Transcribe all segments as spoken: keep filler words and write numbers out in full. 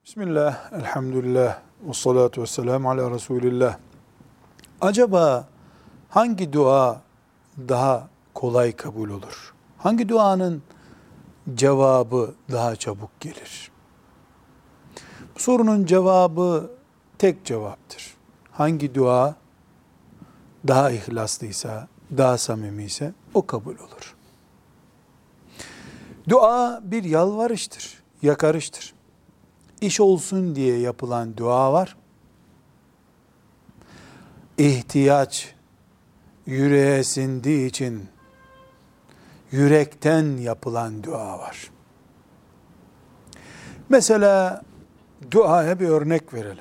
Bismillah, elhamdülillah, ve salatu ve selamu ala Resulillah. Acaba hangi dua daha kolay kabul olur? Hangi duanın cevabı daha çabuk gelir? Bu sorunun cevabı tek cevaptır. Hangi dua daha ihlaslıysa, daha samimiyse o kabul olur. Dua bir yalvarıştır, yakarıştır. İş olsun diye yapılan dua var. İhtiyaç yüreğe sindiği için yürekten yapılan dua var. Mesela duaya bir örnek verelim.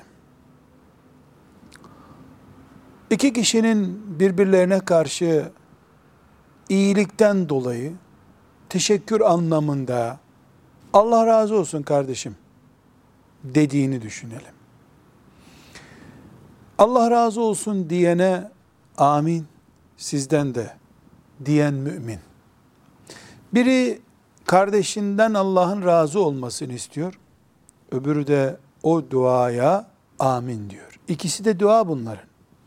İki kişinin birbirlerine karşı iyilikten dolayı teşekkür anlamında Allah razı olsun kardeşim dediğini düşünelim. Allah razı olsun diyene amin sizden de diyen mümin. Biri kardeşinden Allah'ın razı olmasını istiyor. Öbürü de o duaya amin diyor. İkisi de dua bunların.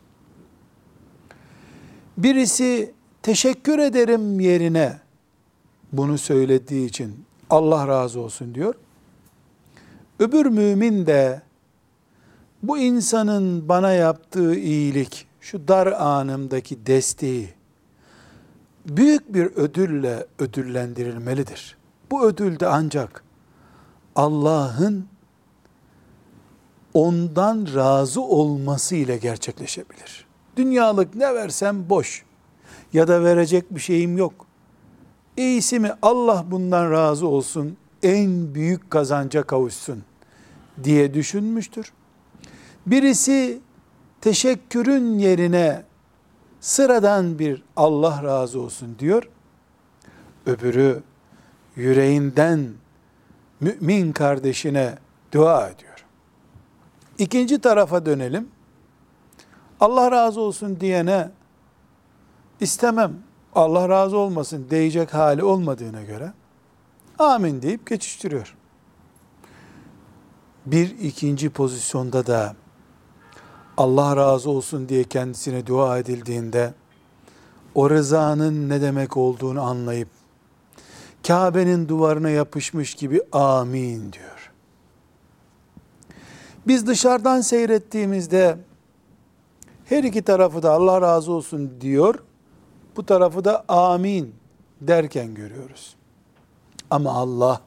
Birisi teşekkür ederim yerine bunu söylediği için Allah razı olsun diyor. Öbür mümin de bu insanın bana yaptığı iyilik, şu dar anımdaki desteği büyük bir ödülle ödüllendirilmelidir. Bu ödül de ancak Allah'ın ondan razı olması ile gerçekleşebilir. Dünyalık ne versem boş ya da verecek bir şeyim yok. İyisi mi Allah bundan razı olsun, en büyük kazanca kavuşsun diye düşünmüştür. Birisi teşekkürün yerine sıradan bir Allah razı olsun diyor. Öbürü yüreğinden mümin kardeşine dua ediyor. İkinci tarafa dönelim. Allah razı olsun diyene istemem, Allah razı olmasın diyecek hali olmadığına göre amin deyip geçiştiriyor. Bir ikinci pozisyonda da Allah razı olsun diye kendisine dua edildiğinde o rızanın ne demek olduğunu anlayıp Kabe'nin duvarına yapışmış gibi amin diyor. Biz dışarıdan seyrettiğimizde her iki tarafı da Allah razı olsun diyor, bu tarafı da amin derken görüyoruz. Ama Allah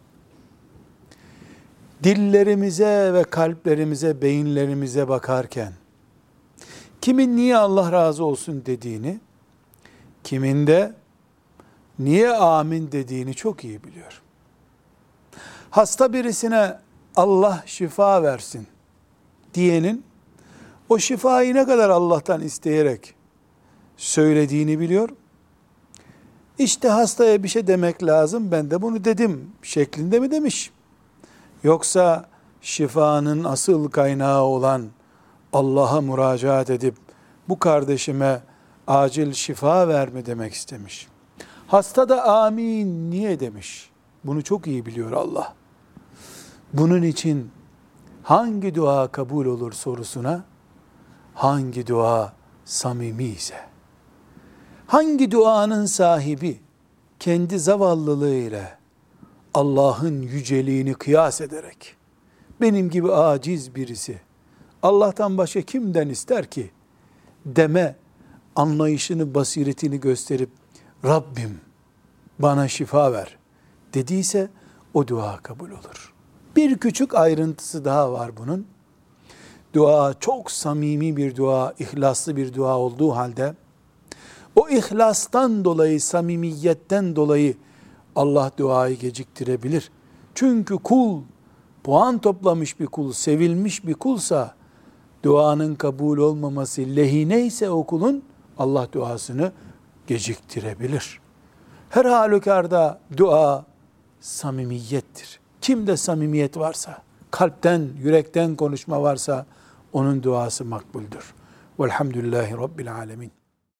dillerimize ve kalplerimize, beyinlerimize bakarken kimin niye Allah razı olsun dediğini, kimin de niye amin dediğini çok iyi biliyor. Hasta birisine Allah şifa versin diyenin o şifayı ne kadar Allah'tan isteyerek söylediğini biliyor. İşte hastaya bir şey demek lazım, ben de bunu dedim şeklinde mi demiş? Yoksa şifanın asıl kaynağı olan Allah'a müracaat edip bu kardeşime acil şifa ver mi demek istemiş? Hasta da amin niye demiş? Bunu çok iyi biliyor Allah. Bunun için hangi dua kabul olur sorusuna, hangi dua samimi ise, hangi duanın sahibi kendi zavallılığıyla Allah'ın yüceliğini kıyas ederek, benim gibi aciz birisi Allah'tan başka kimden ister ki deme anlayışını, basiretini gösterip Rabbim bana şifa ver dediyse o dua kabul olur. Bir küçük ayrıntısı daha var bunun. Dua çok samimi bir dua, ihlaslı bir dua olduğu halde o ihlastan dolayı, samimiyetten dolayı Allah duayı geciktirebilir. Çünkü kul, puan toplamış bir kul, sevilmiş bir kulsa, duanın kabul olmaması lehine ise o kulun Allah duasını geciktirebilir. Her halükarda dua samimiyettir. Kimde samimiyet varsa, kalpten, yürekten konuşma varsa onun duası makbuldür. Velhamdülillahi Rabbil alemin.